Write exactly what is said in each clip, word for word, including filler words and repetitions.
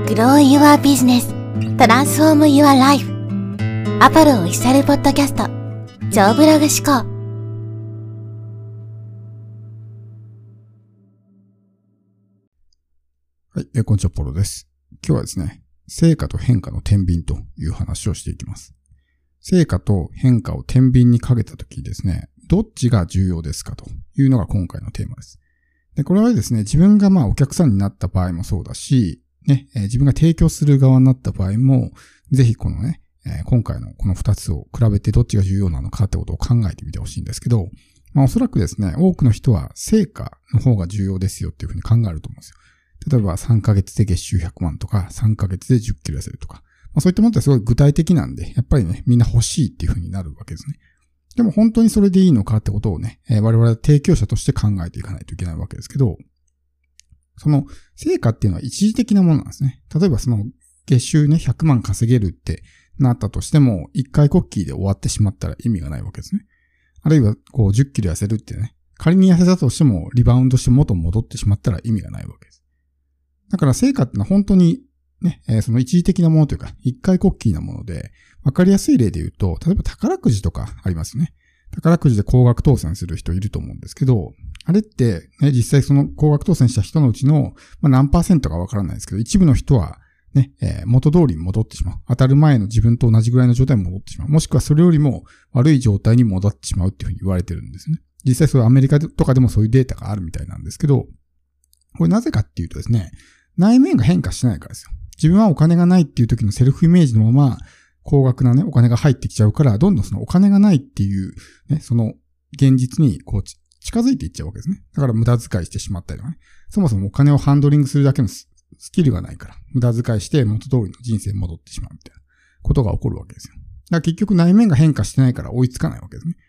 Grow Your Business Transform Your Life アパルオフィシャルポッドキャスト超ブログ思考。 はい、えー、こんにちは、ポロです。今日はですね、成果と変化の天秤という話をしていきます。成果と変化を天秤にかけたときですね、どっちが重要ですかというのが今回のテーマです。で、これはですね、自分がまあお客さんになった場合もそうだし、ね、えー、自分が提供する側になった場合も、ぜひこのね、えー、今回のこの二つを比べてどっちが重要なのかってことを考えてみてほしいんですけど、まあおそらくですね、多くの人は成果の方が重要ですよっていうふうに考えると思うんですよ。例えばさんかげつで月収ひゃくまんとか、さんかげつでじゅっキロ痩せるとか、まあ、そういったものってすごい具体的なんで、やっぱりね、みんな欲しいっていう風になるわけですね。でも本当にそれでいいのかってことをね、えー、我々は提供者として考えていかないといけないわけですけど、その成果っていうのは一時的なものなんですね。例えばその月収ね、ひゃくまん稼げるってなったとしても、一回コッキーで終わってしまったら意味がないわけですね。あるいはこうじゅっキロ痩せるってね、仮に痩せたとしてもリバウンドして元戻ってしまったら意味がないわけです。だから成果ってのは本当にね、えー、その一時的なものというか、一回コッキーなもので、わかりやすい例で言うと、例えば宝くじとかありますね。宝くじで高額当選する人いると思うんですけど、あれってね、実際その高額当選した人のうちの、まあ、何パーセントかわからないですけど、一部の人はね、えー、元通りに戻ってしまう。当たる前の自分と同じぐらいの状態に戻ってしまう。もしくはそれよりも悪い状態に戻ってしまうっていうふうに言われてるんですね。実際そういうアメリカとかでもそういうデータがあるみたいなんですけど、これなぜかっていうとですね、内面が変化してないからですよ。自分はお金がないっていう時のセルフイメージのまま、高額なね、お金が入ってきちゃうから、どんどんそのお金がないっていう、ね、その現実にこう近づいていっちゃうわけですね。だから無駄遣いしてしまったりとかね。そもそもお金をハンドリングするだけのスキルがないから、無駄遣いして元通りの人生に戻ってしまうみたいなことが起こるわけですよ。だから結局内面が変化してないから追いつかないわけですね。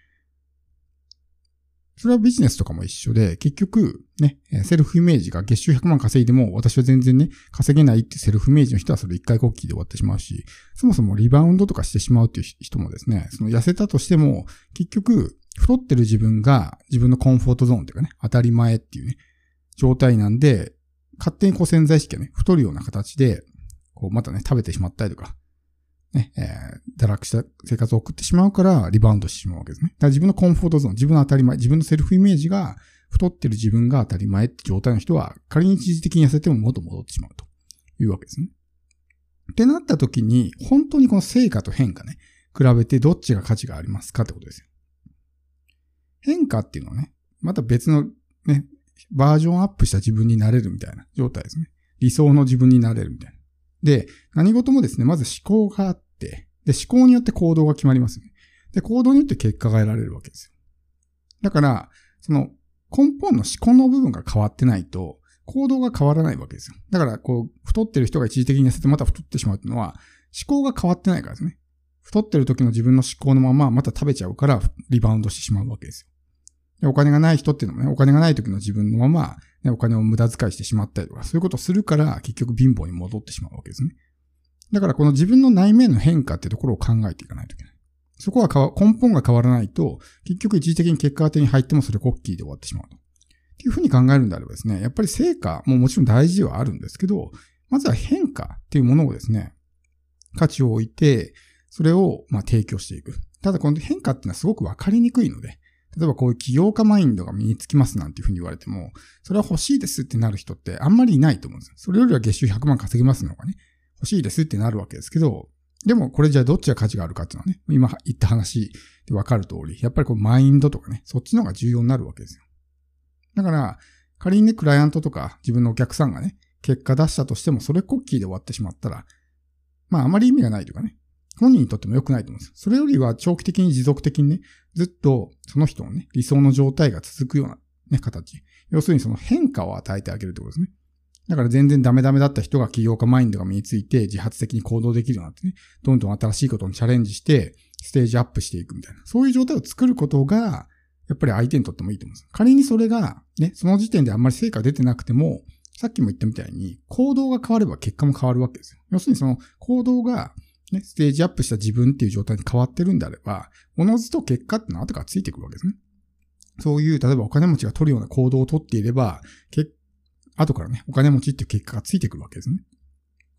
それはビジネスとかも一緒で、結局、ね、セルフイメージが月収ひゃくまん稼いでも、私は全然ね、稼げないってセルフイメージの人はそれ一回コッキーで終わってしまうし、そもそもリバウンドとかしてしまうっていう人もですね、その痩せたとしても、結局、太ってる自分が自分のコンフォートゾーンというかね、当たり前っていうね、状態なんで、勝手にこう潜在意識がね、太るような形で、こうまたね、食べてしまったりとか、ね、えー、堕落した生活を送ってしまうからリバウンドしてしまうわけですね。だから自分のコンフォートゾーン、自分の当たり前、自分のセルフイメージが太ってる自分が当たり前って状態の人は仮に一時的に痩せても元戻ってしまうというわけですね。ってなった時に本当にこの成果と変化ね、比べてどっちが価値がありますかってことですよ。変化っていうのはね、また別のね、バージョンアップした自分になれるみたいな状態ですね。理想の自分になれるみたいな。で、何事もですね、まず思考があって、で、思考によって行動が決まりますね。で、行動によって結果が得られるわけですよ。だから、その根本の思考の部分が変わってないと、行動が変わらないわけですよ。だから、こう、太ってる人が一時的に痩せてまた太ってしまうっていうのは、思考が変わってないからですね。太ってる時の自分の思考のまままた食べちゃうからリバウンドしてしまうわけですよ。で、お金がない人っていうのもね、お金がない時の自分のまま、ね、お金を無駄遣いしてしまったりとか、そういうことをするから、結局貧乏に戻ってしまうわけですね。だからこの自分の内面の変化っていうところを考えていかないといけない。そこは根本が変わらないと、結局一時的に結果が手に入ってもそれコッキーで終わってしまうと。っていうふうに考えるんであればですね、やっぱり成果ももちろん大事ではあるんですけど、まずは変化っていうものをですね、価値を置いて、それをまあ提供していく。ただこの変化っていうのはすごくわかりにくいので、例えばこういう起業家マインドが身につきますなんていうふうに言われても、それは欲しいですってなる人ってあんまりいないと思うんです。それよりは月収ひゃくまん稼げますのがね、欲しいですってなるわけですけど、でもこれじゃあどっちが価値があるかっていうのはね、今言った話でわかる通り、やっぱりこうマインドとかね、そっちの方が重要になるわけですよ。だから、仮にね、クライアントとか自分のお客さんがね、結果出したとしてもそれコッキーで終わってしまったら、まああまり意味がないというかね、本人にとっても良くないと思うんですよ。それよりは長期的に持続的にね、ずっとその人のね、理想の状態が続くようなね、形。要するにその変化を与えてあげるってことですね。だから全然ダメダメだった人が起業家マインドが身について自発的に行動できるようになってね、どんどん新しいことにチャレンジしてステージアップしていくみたいな。そういう状態を作ることが、やっぱり相手にとってもいいと思うんです。仮にそれが、ね、その時点であんまり成果出てなくても、さっきも言ったみたいに行動が変われば結果も変わるわけですよ。要するにその行動がね、ステージアップした自分っていう状態に変わってるんであれば、おのずと結果ってのは後からついてくるわけですね。そういう、例えばお金持ちが取るような行動を取っていれば、け後からね、お金持ちっていう結果がついてくるわけですね。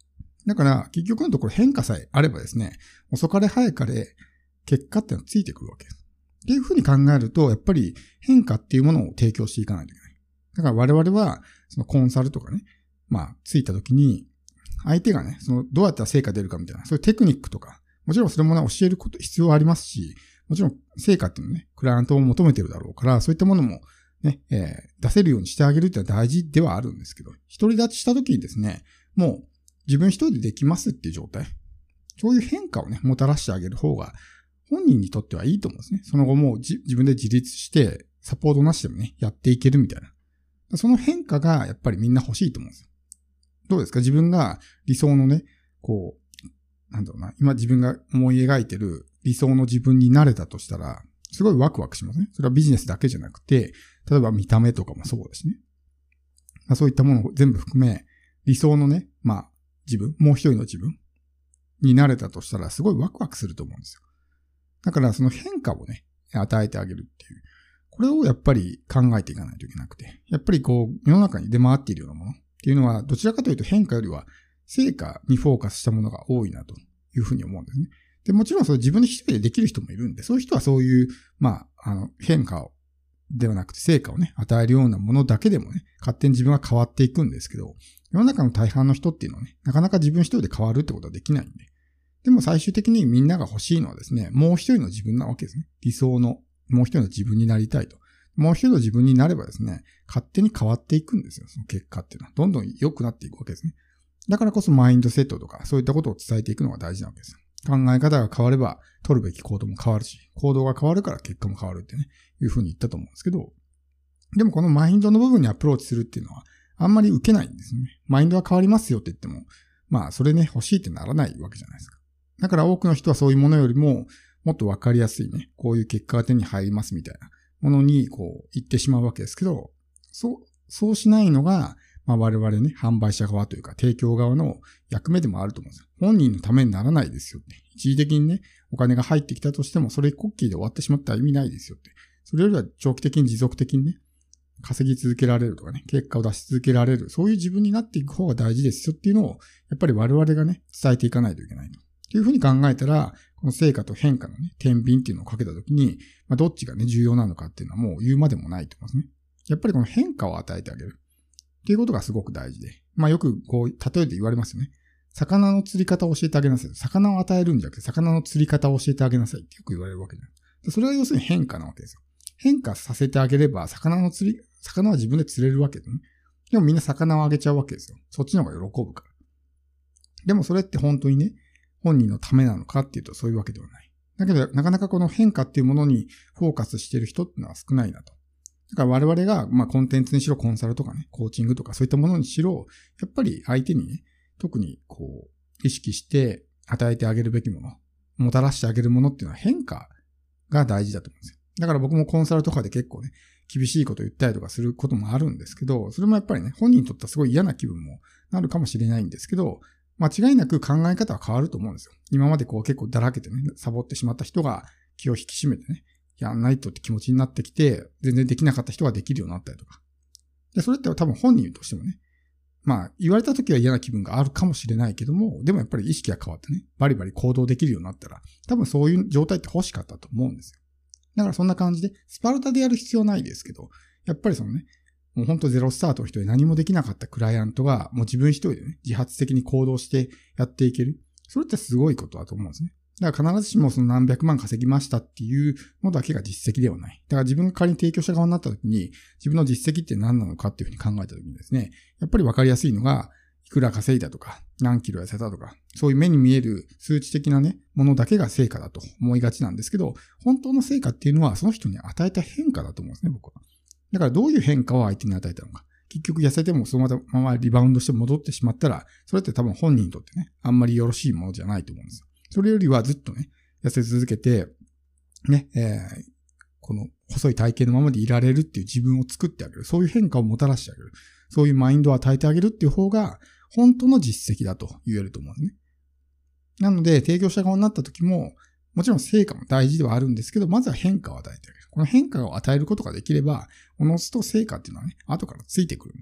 だから、結局のところ変化さえあればですね、遅かれ早かれ結果っていうのはついてくるわけです。っていうふうに考えると、やっぱり変化っていうものを提供していかないといけない。だから我々は、そのコンサルとかね、まあ、ついたときに、相手がね、その、どうやったら成果出るかみたいな、そういうテクニックとか、もちろんそれもね、教えること、必要はありますし、もちろん成果っていうのね、クライアントを求めてるだろうから、そういったものもね、えー、出せるようにしてあげるっていうのは大事ではあるんですけど、独り立ちしたときにですね、もう自分一人でできますっていう状態。そういう変化をね、もたらしてあげる方が、本人にとってはいいと思うんですね。その後もう自分で自立して、サポートなしでもね、やっていけるみたいな。その変化がやっぱりみんな欲しいと思うんですよ。どうですか？自分が理想のね、こう、なんだろうな、今自分が思い描いてる理想の自分になれたとしたら、すごいワクワクしますね。それはビジネスだけじゃなくて、例えば見た目とかもそうですね。まあ、そういったものを全部含め、理想のね、まあ、自分、もう一人の自分になれたとしたら、すごいワクワクすると思うんですよ。だからその変化をね、与えてあげるっていう。これをやっぱり考えていかないといけなくて。やっぱりこう、世の中に出回っているようなものっていうのは、どちらかというと変化よりは成果にフォーカスしたものが多いなというふうに思うんですね。で、もちろんそれ自分で一人でできる人もいるんで、そういう人はそういう、まあ、あの、変化を、ではなくて成果をね、与えるようなものだけでもね、勝手に自分が変わっていくんですけど、世の中の大半の人っていうのはね、なかなか自分一人で変わるってことはできないんで。でも最終的にみんなが欲しいのはですね、もう一人の自分なわけですね。理想の、もう一人の自分になりたいと。もう一人の自分になればですね、勝手に変わっていくんですよ。その結果っていうのは。どんどん良くなっていくわけですね。だからこそマインドセットとか、そういったことを伝えていくのが大事なわけですよ。考え方が変われば、取るべき行動も変わるし、行動が変わるから結果も変わるってね、いうふうに言ったと思うんですけど、でもこのマインドの部分にアプローチするっていうのは、あんまり受けないんですね。マインドは変わりますよって言っても、まあ、それね、欲しいってならないわけじゃないですか。だから多くの人はそういうものよりも、もっとわかりやすいね、こういう結果が手に入りますみたいなものに、こう、言ってしまうわけですけど、そう、そうしないのが、まあ我々ね、販売者側というか提供側の役目でもあると思うんですよ。本人のためにならないですよって。一時的にね、お金が入ってきたとしても、それコッキーで終わってしまったら意味ないですよって。それよりは長期的に持続的にね、稼ぎ続けられるとかね、結果を出し続けられる、そういう自分になっていく方が大事ですよっていうのを、やっぱり我々がね、伝えていかないといけないと。っていうふうに考えたら、この成果と変化のね、天秤っていうのをかけたときに、まあどっちがね、重要なのかっていうのはもう言うまでもないと思いますね。やっぱりこの変化を与えてあげる。っていうことがすごく大事で。まあよくこう、例えて言われますよね。魚の釣り方を教えてあげなさい。魚を与えるんじゃなくて、魚の釣り方を教えてあげなさいってよく言われるわけじゃない。それは要するに変化なわけですよ。変化させてあげれば、魚の釣り、魚は自分で釣れるわけでね。でもみんな魚をあげちゃうわけですよ。そっちの方が喜ぶから。でもそれって本当にね、本人のためなのかっていうとそういうわけではない。だけど、なかなかこの変化っていうものにフォーカスしている人っていうのは少ないなと。だから我々が、まあコンテンツにしろコンサルとかね、コーチングとかそういったものにしろ、やっぱり相手にね、特にこう、意識して与えてあげるべきもの、もたらしてあげるものっていうのは変化が大事だと思うんですよ。だから僕もコンサルとかで結構ね、厳しいこと言ったりとかすることもあるんですけど、それもやっぱりね、本人にとってはすごい嫌な気分もなるかもしれないんですけど、間違いなく考え方は変わると思うんですよ。今までこう結構だらけてね、サボってしまった人が気を引き締めてね、やんないとって気持ちになってきて、全然できなかった人ができるようになったりとか。で、それって多分本人としてもね、まあ言われた時は嫌な気分があるかもしれないけども、でもやっぱり意識が変わってね、バリバリ行動できるようになったら、多分そういう状態って欲しかったと思うんですよ。だからそんな感じで、スパルタでやる必要ないですけど、やっぱりそのね、もうほんとゼロスタートの人で何もできなかったクライアントが、もう自分一人でね、自発的に行動してやっていける。それってすごいことだと思うんですね。だから必ずしもその何百万稼ぎましたっていうのだけが実績ではない。だから自分が仮に提供者側になった時に、自分の実績って何なのかっていうふうに考えた時にですね、やっぱり分かりやすいのが、いくら稼いだとか、何キロ痩せたとか、そういう目に見える数値的なね、ものだけが成果だと思いがちなんですけど、本当の成果っていうのはその人に与えた変化だと思うんですね、僕は。だからどういう変化を相手に与えたのか。結局痩せてもそのままリバウンドして戻ってしまったら、それって多分本人にとってね、あんまりよろしいものじゃないと思うんですよ。それよりはずっとね、痩せ続けて、ね、えー、この細い体型のままでいられるっていう自分を作ってあげる。そういう変化をもたらしてあげる。そういうマインドを与えてあげるっていう方が、本当の実績だと言えると思うんですね。なので、提供者側になった時も、もちろん成果も大事ではあるんですけど、まずは変化を与えてあげる。この変化を与えることができれば、おのずと成果っていうのはね、後からついてくるんで、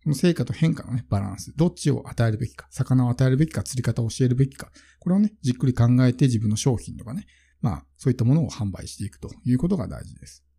その成果と変化のね、バランス。どっちを与えるべきか。魚を与えるべきか、釣り方を教えるべきか。これをね、じっくり考えて自分の商品とかね、まあ、そういったものを販売していくということが大事です。